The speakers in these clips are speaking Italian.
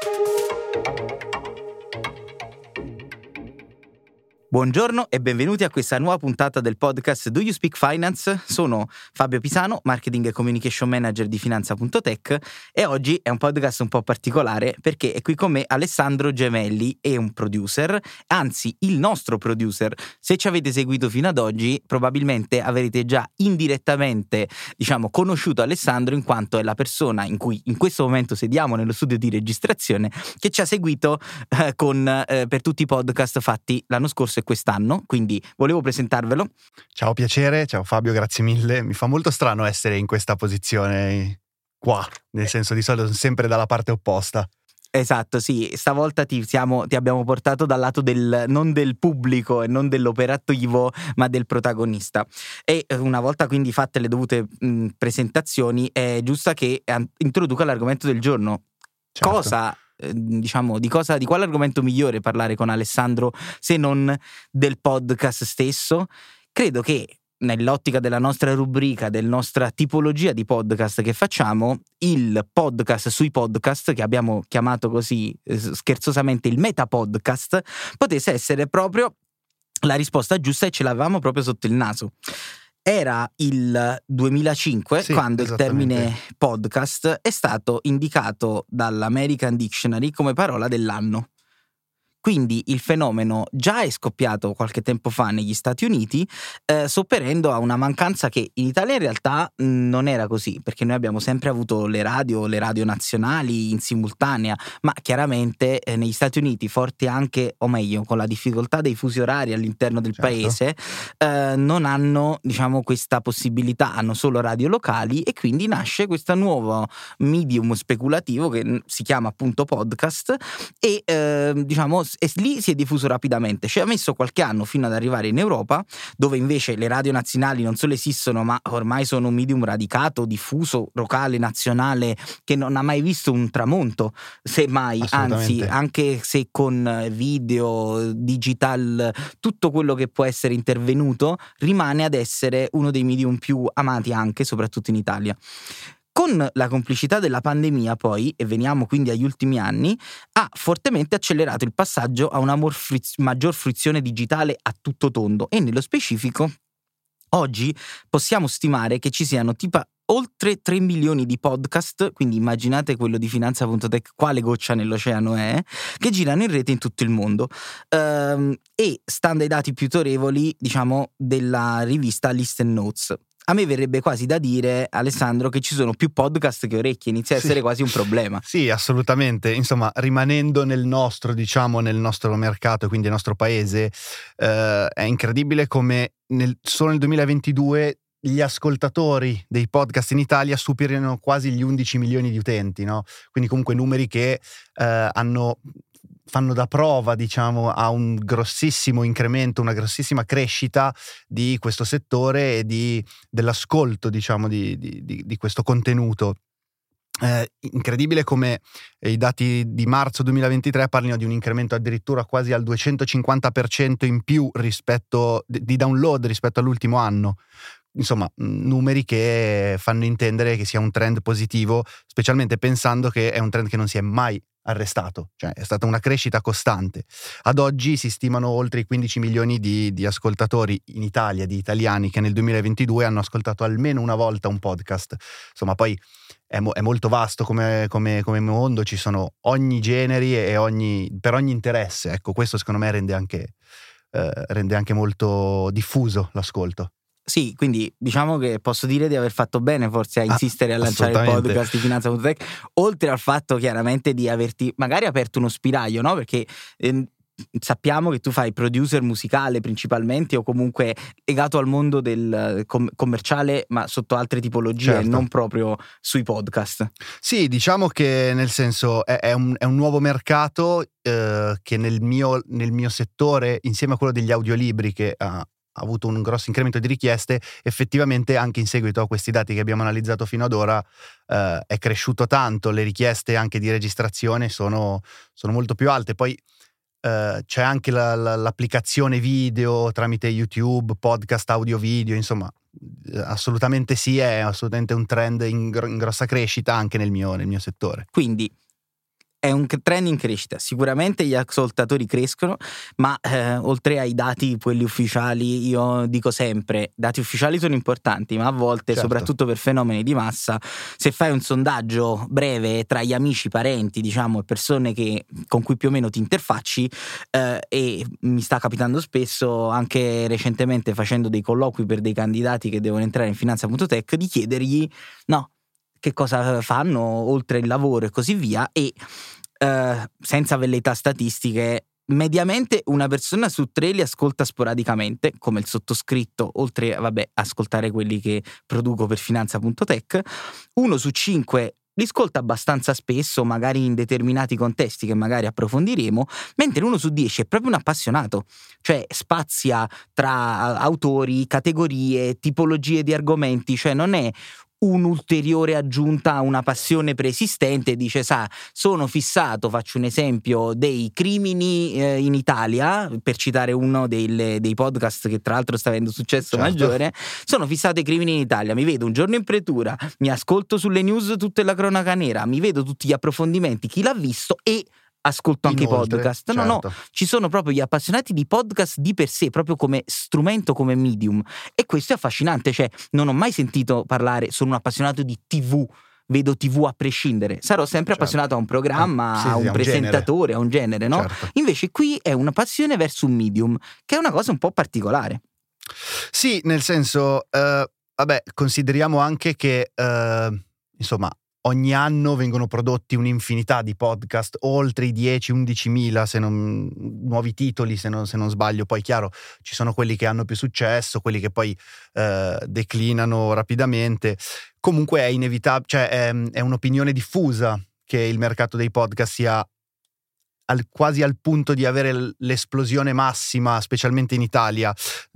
Buongiorno e benvenuti a questa nuova puntata del podcast Do You Speak Finance? Sono Fabio Pisano, Marketing e Communication Manager di Finanza.tech e oggi è un podcast un po' particolare perché è qui con me Alessandro Gemelli, è un producer, anzi il nostro producer. Se ci avete seguito fino ad oggi probabilmente avrete già indirettamente, conosciuto Alessandro in quanto è la persona in cui in questo momento sediamo nello studio di registrazione che ci ha seguito per tutti i podcast fatti l'anno scorso e quest'anno, quindi volevo presentarvelo. Ciao, piacere, ciao Fabio, grazie mille. Mi fa molto strano essere in questa posizione qua, nel senso di solito sono sempre dalla parte opposta. Esatto, sì, stavolta ti abbiamo portato dal lato non del pubblico e non dell'operativo, ma del protagonista. E una volta quindi fatte le dovute presentazioni, è giusto che introduca l'argomento del giorno. Certo. Di quale argomento migliore parlare con Alessandro se non del podcast stesso? Credo che nell'ottica della nostra rubrica, della nostra tipologia di podcast che facciamo, il podcast sui podcast, che abbiamo chiamato così scherzosamente il meta podcast, potesse essere proprio la risposta giusta e ce l'avevamo proprio sotto il naso. Era il 2005 quando il termine podcast è stato indicato dall'American Dictionary come parola dell'anno. Quindi il fenomeno già è scoppiato qualche tempo fa negli Stati Uniti, sopperendo a una mancanza che in Italia in realtà non era così, perché noi abbiamo sempre avuto le radio nazionali in simultanea, ma chiaramente negli Stati Uniti, forti anche, o meglio, con la difficoltà dei fusi orari all'interno del paese, non hanno questa possibilità, hanno solo radio locali e quindi nasce questo nuovo medium speculativo che si chiama appunto podcast e lì si è diffuso rapidamente. Ci ha messo qualche anno fino ad arrivare in Europa, dove invece le radio nazionali non solo esistono, ma ormai sono un medium radicato, diffuso, locale, nazionale, che non ha mai visto un tramonto, semmai, anzi, anche se con video, digital, tutto quello che può essere intervenuto, rimane ad essere uno dei medium più amati anche, soprattutto in Italia. Con la complicità della pandemia poi, e veniamo quindi agli ultimi anni, ha fortemente accelerato il passaggio a una maggior fruizione digitale a tutto tondo e nello specifico oggi possiamo stimare che ci siano oltre 3 milioni di podcast, quindi immaginate quello di Finanza.tech quale goccia nell'oceano è, che girano in rete in tutto il mondo. E stando ai dati più autorevoli, della rivista Listen Notes. A me verrebbe quasi da dire, Alessandro, che ci sono più podcast che orecchie, inizia a essere quasi un problema. Sì, assolutamente. Insomma, rimanendo nel nostro mercato, quindi nel nostro paese, è incredibile come solo nel 2022 gli ascoltatori dei podcast in Italia superino quasi gli 11 milioni di utenti, no? Quindi comunque numeri che fanno da prova, a un grossissimo incremento, una grossissima crescita di questo settore e dell'ascolto, di questo contenuto. Incredibile come i dati di marzo 2023 parlino di un incremento addirittura quasi al 250% in più di download rispetto all'ultimo anno. Insomma, numeri che fanno intendere che sia un trend positivo, specialmente pensando che è un trend che non si è mai arrestato, cioè è stata una crescita costante. Ad oggi si stimano oltre i 15 milioni di ascoltatori in Italia, di italiani che nel 2022 hanno ascoltato almeno una volta un podcast. Insomma, poi è molto vasto come mondo, ci sono ogni generi e per ogni interesse. Ecco, questo secondo me rende anche molto diffuso l'ascolto. Sì, quindi che posso dire di aver fatto bene forse a insistere a lanciare il podcast di Finanza.tech, oltre al fatto chiaramente di averti magari aperto uno spiraglio, no? Perché sappiamo che tu fai producer musicale principalmente o comunque legato al mondo del commerciale, ma sotto altre tipologie, certo, non proprio sui podcast. Sì, diciamo che nel senso è un nuovo mercato che nel mio settore, insieme a quello degli audiolibri che ha avuto un grosso incremento di richieste, effettivamente anche in seguito a questi dati che abbiamo analizzato fino ad ora è cresciuto tanto, le richieste anche di registrazione sono molto più alte. Poi c'è anche l'applicazione video tramite YouTube, podcast audio video, insomma assolutamente sì, è assolutamente un trend in grossa crescita anche nel mio settore. Quindi è un trend in crescita. Sicuramente gli ascoltatori crescono, ma oltre ai dati, quelli ufficiali, io dico sempre, dati ufficiali sono importanti, ma a volte, certo, soprattutto per fenomeni di massa, se fai un sondaggio breve tra gli amici, parenti, diciamo, e persone con cui più o meno ti interfacci, e mi sta capitando spesso, anche recentemente facendo dei colloqui per dei candidati che devono entrare in Finanza.tech, di chiedergli che cosa fanno oltre il lavoro e così via, e senza velleità statistiche, mediamente una persona su 3 li ascolta sporadicamente, come il sottoscritto, oltre ascoltare quelli che produco per Finanza.tech. 1 su 5 li ascolta abbastanza spesso, magari in determinati contesti che magari approfondiremo, mentre 1 su 10 è proprio un appassionato, cioè spazia tra autori, categorie, tipologie di argomenti, cioè non è un'ulteriore aggiunta a una passione preesistente. Dice, sono fissato, faccio un esempio, dei crimini in Italia, per citare uno dei podcast che tra l'altro sta avendo successo maggiore. Sono fissato ai crimini in Italia, mi vedo un giorno in pretura, mi ascolto sulle news tutta la cronaca nera, mi vedo tutti gli approfondimenti, chi l'ha visto, e ascolto anche i podcast. No, ci sono proprio gli appassionati di podcast di per sé, proprio come strumento, come medium, e questo è affascinante. Cioè, non ho mai sentito parlare, sono un appassionato di TV, vedo TV a prescindere, sarò sempre appassionato a un programma, a un presentatore, a un genere, no? Invece qui è una passione verso un medium, che è una cosa un po' particolare. Sì, nel senso, consideriamo anche che insomma, ogni anno vengono prodotti un'infinità di podcast, oltre i 10-11.000 nuovi titoli, se non sbaglio. Poi chiaro, ci sono quelli che hanno più successo, quelli che poi declinano rapidamente. Comunque è inevitabile, cioè è un'opinione diffusa che il mercato dei podcast sia quasi al punto di avere l'esplosione massima, specialmente in Italia,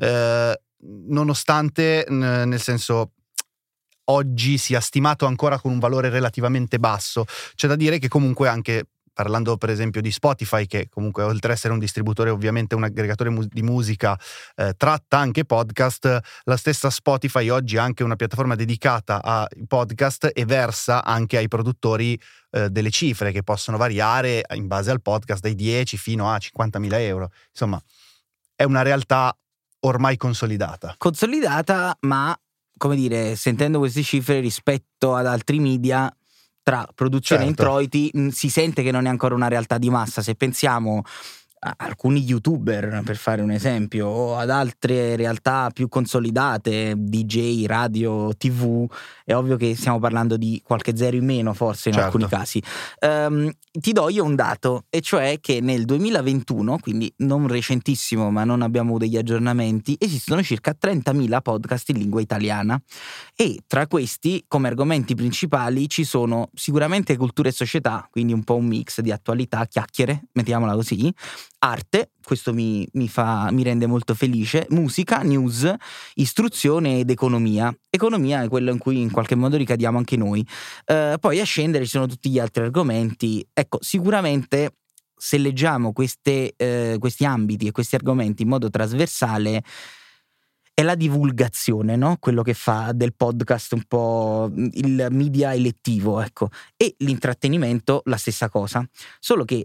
nonostante, nel senso, oggi sia stimato ancora con un valore relativamente basso. C'è da dire che comunque, anche parlando per esempio di Spotify, che comunque oltre ad essere un distributore, ovviamente un aggregatore di musica, tratta anche podcast, la stessa Spotify oggi ha anche una piattaforma dedicata ai podcast e versa anche ai produttori delle cifre che possono variare in base al podcast dai 10 fino a 50.000 euro. Insomma, è una realtà ormai consolidata, ma come dire, sentendo queste cifre rispetto ad altri media, tra produzione e introiti, si sente che non è ancora una realtà di massa. Se pensiamo a alcuni youtuber, per fare un esempio, o ad altre realtà più consolidate, DJ, radio, TV, è ovvio che stiamo parlando di qualche zero in meno, forse in alcuni casi. Ti do io un dato, e cioè che nel 2021, quindi non recentissimo, ma non abbiamo degli aggiornamenti, esistono circa 30.000 podcast in lingua italiana, e tra questi, come argomenti principali, ci sono sicuramente cultura e società, quindi un po' un mix di attualità, chiacchiere, mettiamola così, arte, questo mi rende molto felice, musica, news, istruzione ed economia. Economia è quello in cui in qualche modo ricadiamo anche noi. Poi a scendere ci sono tutti gli altri argomenti. Ecco, sicuramente se leggiamo questi ambiti e questi argomenti in modo trasversale, è la divulgazione, no? Quello che fa del podcast un po' il media elettivo, ecco. E l'intrattenimento la stessa cosa, solo che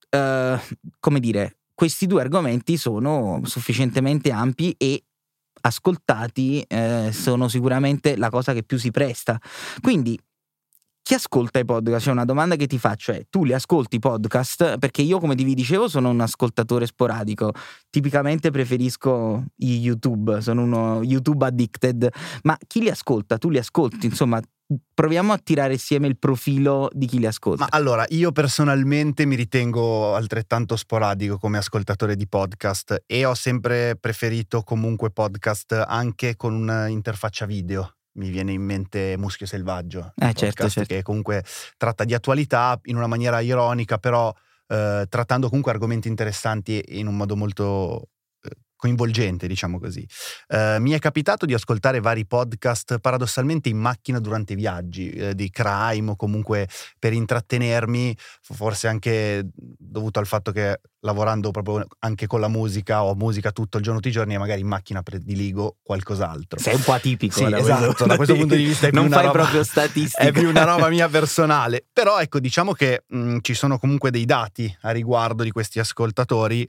come dire, questi 2 argomenti sono sufficientemente ampi e ascoltati, sono sicuramente la cosa che più si presta. Quindi chi ascolta i podcast? C'è una domanda che ti faccio, è: tu li ascolti i podcast? Perché io, come vi dicevo, sono un ascoltatore sporadico, tipicamente preferisco i YouTube, sono uno YouTube addicted, ma chi li ascolta? Tu li ascolti? Insomma, proviamo a tirare insieme il profilo di chi li ascolta. Ma allora, io personalmente mi ritengo altrettanto sporadico come ascoltatore di podcast, e ho sempre preferito comunque podcast anche con un'interfaccia video. Mi viene in mente Muschio Selvaggio, certo. Che comunque tratta di attualità in una maniera ironica, però trattando comunque argomenti interessanti in un modo molto coinvolgente, diciamo così. Mi è capitato di ascoltare vari podcast paradossalmente in macchina durante i viaggi, di crime o comunque per intrattenermi, forse anche dovuto al fatto che lavorando proprio anche con la musica o musica tutto il giorno, tutti i giorni, e magari in macchina prediligo qualcos'altro. Sei un po' atipico. Sì, esatto, da questo punto di vista è più non una fai roba, proprio statistica. è più una roba mia personale. Però ecco, diciamo che ci sono comunque dei dati a riguardo di questi ascoltatori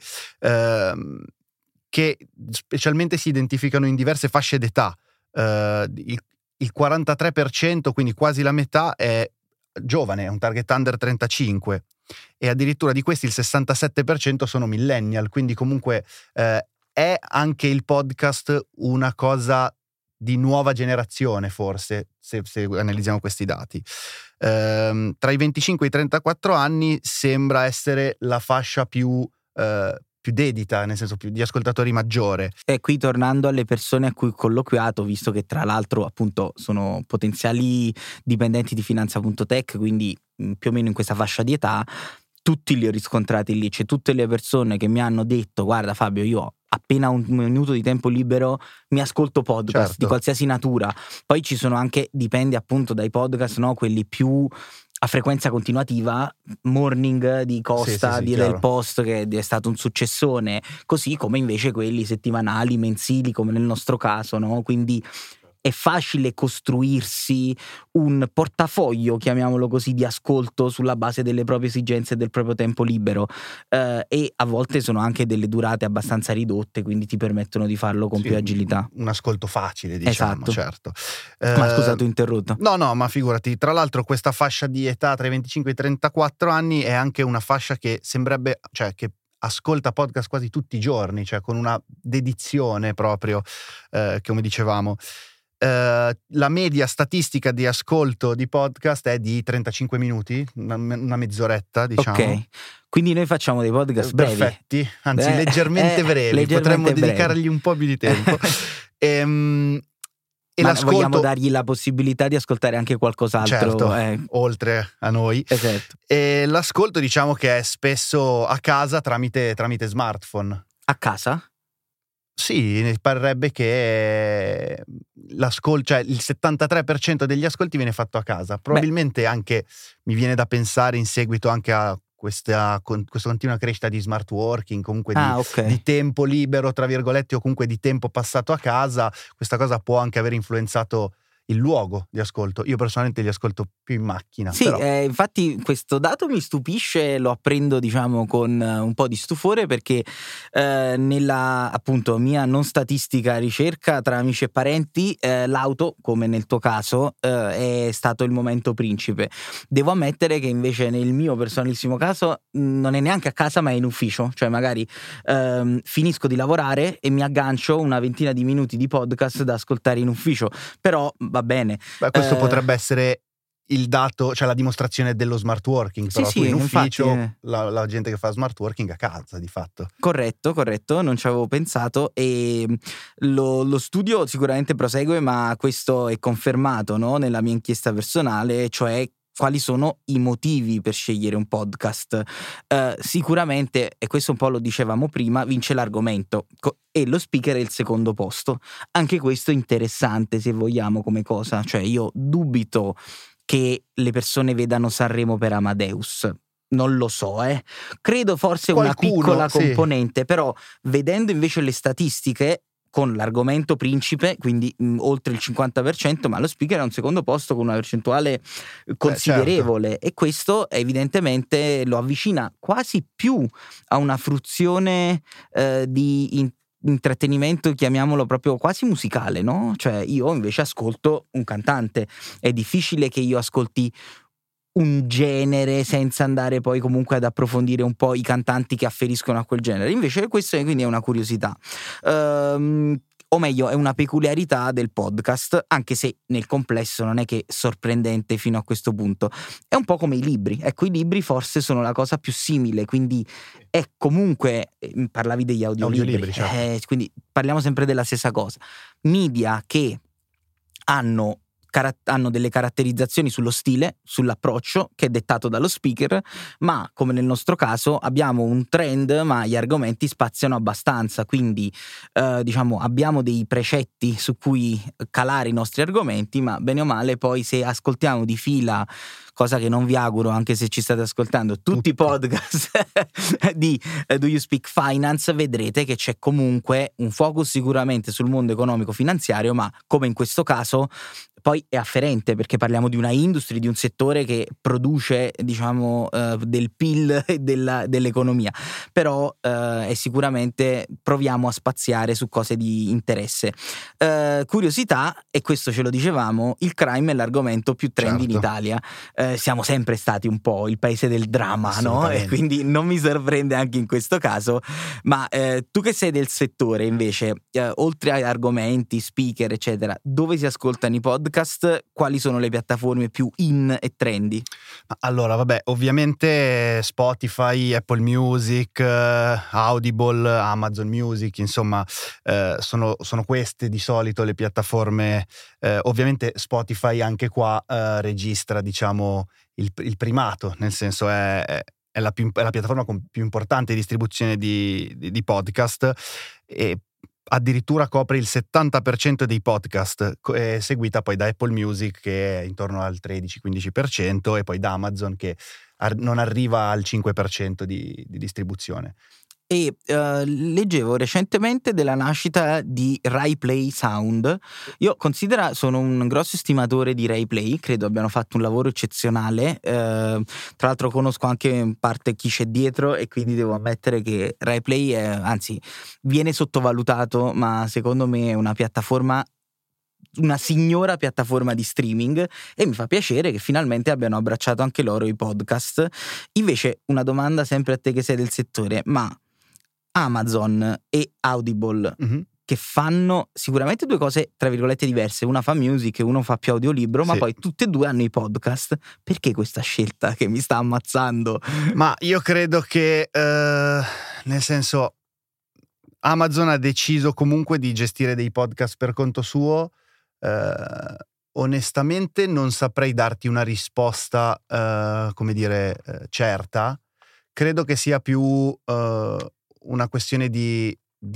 che specialmente si identificano in diverse fasce d'età. Il 43%, quindi quasi la metà, è giovane, è un target under 35, e addirittura di questi il 67% sono millennial, quindi comunque è anche il podcast una cosa di nuova generazione, forse, se analizziamo questi dati. Tra i 25 e i 34 anni sembra essere la fascia più dedita, nel senso più di ascoltatori maggiore. E qui, tornando alle persone a cui ho colloquiato, visto che tra l'altro appunto sono potenziali dipendenti di Finanza.tech, quindi più o meno in questa fascia di età, tutti li ho riscontrati lì, cioè tutte le persone che mi hanno detto: guarda Fabio, io ho appena un minuto di tempo libero mi ascolto podcast, certo, di qualsiasi natura. Poi ci sono anche, dipende appunto dai podcast, no? Quelli più a frequenza continuativa, Morning di Costa, sì, di chiaro. Del Post, che è stato un successone, così come invece quelli settimanali, mensili, come nel nostro caso, no? Quindi è facile costruirsi un portafoglio, chiamiamolo così, di ascolto sulla base delle proprie esigenze e del proprio tempo libero, e a volte sono anche delle durate abbastanza ridotte, quindi ti permettono di farlo con più agilità. Un ascolto facile, diciamo, esatto. Certo. Ma scusa, ti ho interrotto. No, ma figurati. Tra l'altro questa fascia di età tra i 25 e i 34 anni è anche una fascia che sembrerebbe, cioè che ascolta podcast quasi tutti i giorni, cioè con una dedizione proprio, come dicevamo. La media statistica di ascolto di podcast è di 35 minuti, una mezz'oretta, diciamo. Ok, quindi noi facciamo dei podcast brevi. Perfetti, anzi leggermente brevi, leggermente potremmo brevi. dedicargli un po' più di tempo. E ma l'ascolto, vogliamo dargli la possibilità di ascoltare anche qualcos'altro, certo, oltre a noi. Esatto. E l'ascolto, diciamo che è spesso a casa tramite smartphone. A casa? Sì, parerebbe che cioè il 73% degli ascolti viene fatto a casa. Probabilmente anche, mi viene da pensare, in seguito anche a questa continua crescita di smart working, comunque di tempo libero, tra virgolette, o comunque di tempo passato a casa, questa cosa può anche aver influenzato il luogo di ascolto. Io personalmente li ascolto più in macchina. Sì, però. infatti questo dato mi stupisce, lo apprendo diciamo con un po' di stupore, perché nella appunto mia non statistica ricerca tra amici e parenti, l'auto, come nel tuo caso, è stato il momento principe. Devo ammettere che invece nel mio personalissimo caso non è neanche a casa ma è in ufficio, cioè magari finisco di lavorare e mi aggancio una ventina di minuti di podcast da ascoltare in ufficio, però va bene. Questo potrebbe essere il dato, cioè la dimostrazione dello smart working, però sì, in ufficio infatti, la gente che fa smart working a casa, di fatto. Corretto, non ci avevo pensato, e lo studio sicuramente prosegue, ma questo è confermato, no, nella mia inchiesta personale, cioè quali sono i motivi per scegliere un podcast. Sicuramente, e questo un po' lo dicevamo prima, vince l'argomento e lo speaker è il secondo posto. Anche questo è interessante, se vogliamo, come cosa. Cioè io dubito che le persone vedano Sanremo per Amadeus. Non lo so, credo forse Qualcuno, una piccola sì, componente, però vedendo invece le statistiche, con l'argomento principe, quindi oltre il 50%, ma lo speaker è un secondo posto con una percentuale considerevole, certo. E questo evidentemente lo avvicina quasi più a una fruizione di intrattenimento, chiamiamolo proprio quasi musicale, no? Cioè io invece ascolto un cantante, è difficile che io ascolti un genere senza andare poi comunque ad approfondire un po' i cantanti che afferiscono a quel genere. Invece questo quindi è una curiosità, o meglio è una peculiarità del podcast, anche se nel complesso non è che sorprendente fino a questo punto. È un po' come i libri, ecco, i libri forse sono la cosa più simile, quindi è comunque, parlavi degli audiolibri, certo. Quindi parliamo sempre della stessa cosa, media che hanno hanno delle caratterizzazioni sullo stile, sull'approccio che è dettato dallo speaker, ma come nel nostro caso abbiamo un trend, ma gli argomenti spaziano abbastanza, quindi diciamo abbiamo dei precetti su cui calare i nostri argomenti, ma bene o male poi se ascoltiamo di fila, cosa che non vi auguro anche se ci state ascoltando, tutti i podcast di Do You Speak Finance, vedrete che c'è comunque un focus sicuramente sul mondo economico finanziario, ma come in questo caso poi è afferente perché parliamo di una industria, di un settore che produce diciamo del PIL e dell'economia, però è sicuramente proviamo a spaziare su cose di interesse. Curiosità, e questo ce lo dicevamo, il crime è l'argomento più trendy in Italia, siamo sempre stati un po' il paese del dramma, no? E quindi non mi sorprende anche in questo caso, ma tu che sei del settore invece, oltre ai argomenti, speaker eccetera, dove si ascoltano i podcast? Quali sono le piattaforme più in e trendy? Allora, vabbè, ovviamente Spotify, Apple Music, Audible, Amazon Music, insomma, sono queste di solito le piattaforme. Ovviamente Spotify anche qua registra, diciamo, il primato, nel senso è la piattaforma con più importante distribuzione di podcast, e addirittura copre il 70% dei podcast, seguita poi da Apple Music che è intorno al 13-15% e poi da Amazon che non arriva al 5% di distribuzione. E leggevo recentemente della nascita di RaiPlay Sound. Io sono un grosso estimatore di RaiPlay, credo abbiano fatto un lavoro eccezionale, tra l'altro conosco anche in parte chi c'è dietro e quindi devo ammettere che RaiPlay anzi viene sottovalutato, ma secondo me è una signora piattaforma di streaming e mi fa piacere che finalmente abbiano abbracciato anche loro i podcast. Invece una domanda sempre a te che sei del settore, ma Amazon e Audible che fanno sicuramente due cose tra virgolette diverse, una fa music e uno fa più audiolibro, ma poi tutte e due hanno i podcast. Perché questa scelta che mi sta ammazzando? Ma io credo che nel senso Amazon ha deciso comunque di gestire dei podcast per conto suo. Onestamente non saprei darti una risposta come dire certa. Credo che sia più una questione di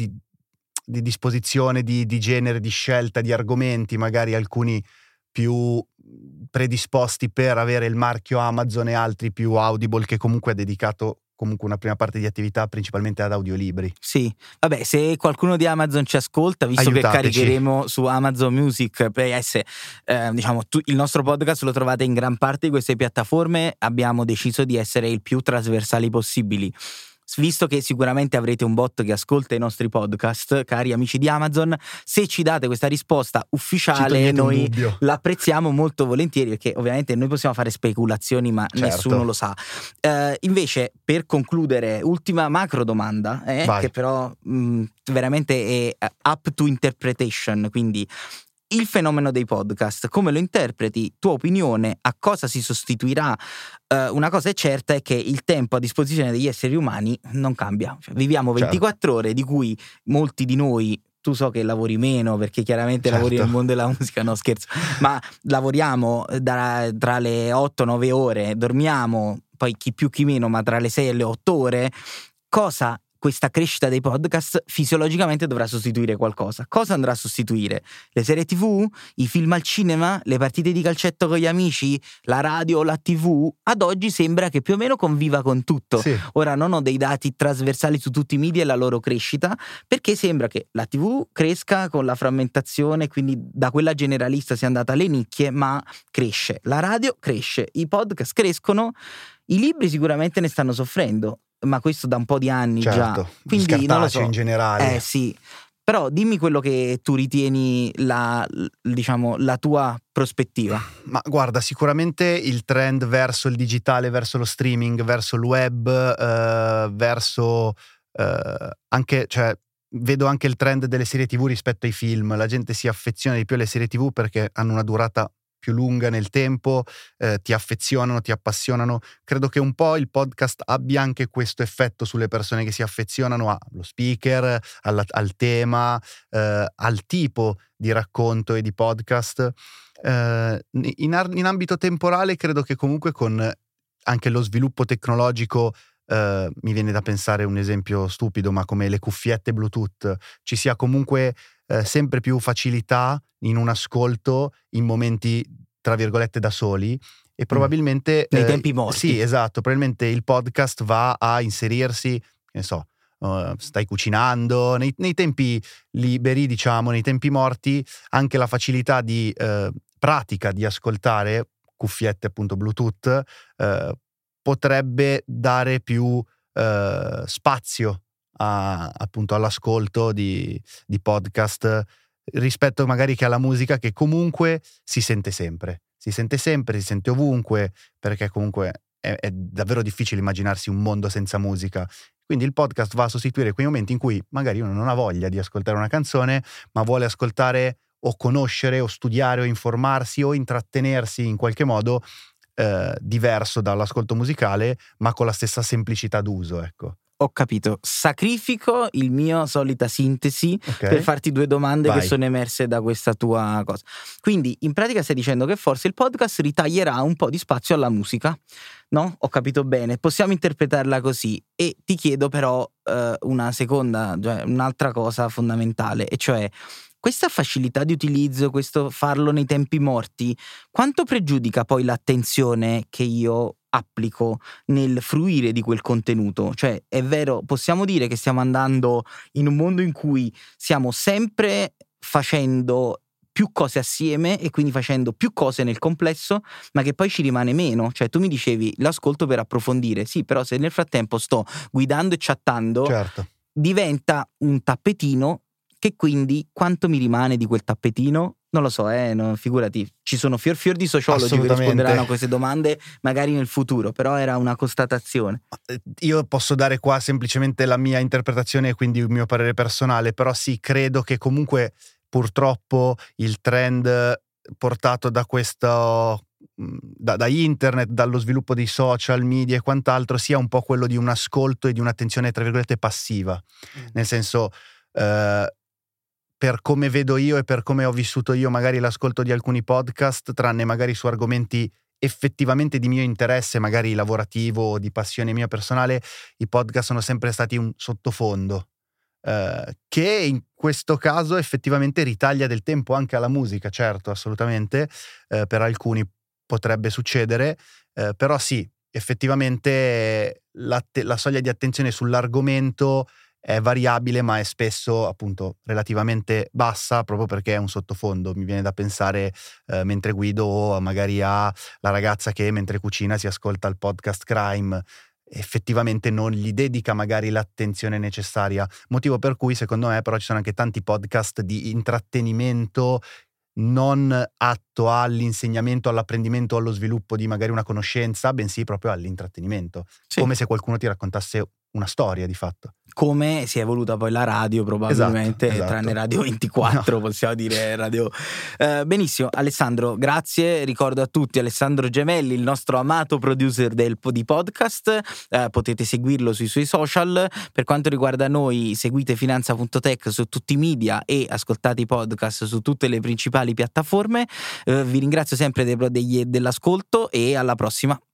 disposizione, di genere, di scelta di argomenti, magari alcuni più predisposti per avere il marchio Amazon e altri più Audible, che comunque è dedicato comunque una prima parte di attività principalmente ad audiolibri. Sì, vabbè, se qualcuno di Amazon ci ascolta, visto che caricheremo su Amazon Music, diciamo il nostro podcast lo trovate in gran parte di queste piattaforme, abbiamo deciso di essere il più trasversali possibili. Visto che sicuramente avrete un bot che ascolta i nostri podcast, cari amici di Amazon, se ci date questa risposta ufficiale noi l'apprezziamo molto volentieri, perché ovviamente noi possiamo fare speculazioni ma nessuno lo sa. Invece, per concludere, ultima macro domanda, che però veramente è up to interpretation, quindi il fenomeno dei podcast, come lo interpreti? Tua opinione, a cosa si sostituirà? Una cosa è certa, è che il tempo a disposizione degli esseri umani non cambia. Viviamo 24 ore, di cui molti di noi, tu so che lavori meno perché chiaramente lavori nel mondo della musica, no scherzo, ma lavoriamo tra le 8-9 ore, dormiamo poi chi più chi meno, ma tra le 6 e le 8 ore. Cosa questa crescita dei podcast fisiologicamente dovrà sostituire qualcosa. Cosa andrà a sostituire? Le serie TV? I film al cinema? Le partite di calcetto con gli amici? La radio o la TV? Ad oggi sembra che più o meno conviva con tutto. Ora non ho dei dati trasversali su tutti i media e la loro crescita, perché sembra che la TV cresca con la frammentazione, quindi da quella generalista sia andata alle nicchie, ma cresce. La radio cresce, i podcast crescono, i libri sicuramente ne stanno soffrendo, ma questo da un po' di anni già. Quindi non lo so. In generale. Sì. Però dimmi quello che tu ritieni la tua prospettiva. Ma guarda, sicuramente il trend verso il digitale, verso lo streaming, verso il web, verso anche, cioè vedo anche il trend delle serie TV rispetto ai film. La gente si affeziona di più alle serie TV perché hanno una durata più lunga nel tempo, ti affezionano, ti appassionano. Credo che un po' il podcast abbia anche questo effetto sulle persone che si affezionano allo speaker, al tema, al tipo di racconto e di podcast. In ambito temporale credo che comunque con anche lo sviluppo tecnologico, mi viene da pensare un esempio stupido, ma come le cuffiette Bluetooth, ci sia comunque sempre più facilità in un ascolto in momenti tra virgolette da soli, e probabilmente nei tempi morti. Sì, esatto, probabilmente il podcast va a inserirsi, che ne so, stai cucinando, nei tempi liberi, diciamo, nei tempi morti, anche la facilità di pratica di ascoltare cuffiette appunto Bluetooth potrebbe dare più spazio appunto all'ascolto di podcast rispetto magari che alla musica, che comunque si sente sempre, si sente ovunque, perché comunque è davvero difficile immaginarsi un mondo senza musica. Quindi il podcast va a sostituire quei momenti in cui magari uno non ha voglia di ascoltare una canzone, ma vuole ascoltare o conoscere o studiare o informarsi o intrattenersi in qualche modo diverso dall'ascolto musicale, ma con la stessa semplicità d'uso, ecco. Ho capito. Sacrifico il mio solita sintesi Okay. per farti due domande Vai. che sono emerse da questa tua cosa. Quindi in pratica stai dicendo che forse il podcast ritaglierà un po' di spazio alla musica, no? Ho capito bene, possiamo interpretarla così. E ti chiedo però una seconda, cioè un'altra cosa fondamentale, e cioè questa facilità di utilizzo, questo farlo nei tempi morti, quanto pregiudica poi l'attenzione che io applico nel fruire di quel contenuto? Cioè, è vero, possiamo dire che stiamo andando in un mondo in cui stiamo sempre facendo più cose assieme e quindi facendo più cose nel complesso, ma che poi ci rimane meno. Cioè, tu mi dicevi l'ascolto per approfondire, sì, però se nel frattempo sto guidando e chattando, Certo. diventa un tappetino, che quindi quanto mi rimane di quel tappetino? Non lo so, no, figurati, ci sono fior di sociologi che Assolutamente. risponderanno a queste domande magari nel futuro, però era una constatazione. Io posso dare qua semplicemente la mia interpretazione e quindi il mio parere personale, però sì, credo che comunque purtroppo il trend portato da questo da internet, dallo sviluppo dei social media e quant'altro, sia un po' quello di un ascolto e di un'attenzione tra virgolette passiva, nel senso per come vedo io e per come ho vissuto io magari l'ascolto di alcuni podcast, tranne magari su argomenti effettivamente di mio interesse, magari lavorativo o di passione mia personale, i podcast sono sempre stati un sottofondo, che in questo caso effettivamente ritaglia del tempo anche alla musica, certo, assolutamente, per alcuni potrebbe succedere, però sì, effettivamente la soglia di attenzione sull'argomento è variabile, ma è spesso appunto relativamente bassa, proprio perché è un sottofondo. Mi viene da pensare mentre guido, o magari la ragazza che mentre cucina si ascolta il podcast crime, effettivamente non gli dedica magari l'attenzione necessaria, motivo per cui secondo me però ci sono anche tanti podcast di intrattenimento non atto all'insegnamento, all'apprendimento, allo sviluppo di magari una conoscenza, bensì proprio all'intrattenimento, Sì. come se qualcuno ti raccontasse una storia di fatto. Come si è evoluta poi la radio probabilmente, Esatto. Tranne Radio 24, No. possiamo dire radio. Benissimo, Alessandro, grazie. Ricordo a tutti Alessandro Gemelli, il nostro amato producer di podcast, potete seguirlo sui suoi social. Per quanto riguarda noi, seguite Finanza.tech su tutti i media e ascoltate i podcast su tutte le principali piattaforme. Vi ringrazio sempre dell'ascolto e alla prossima.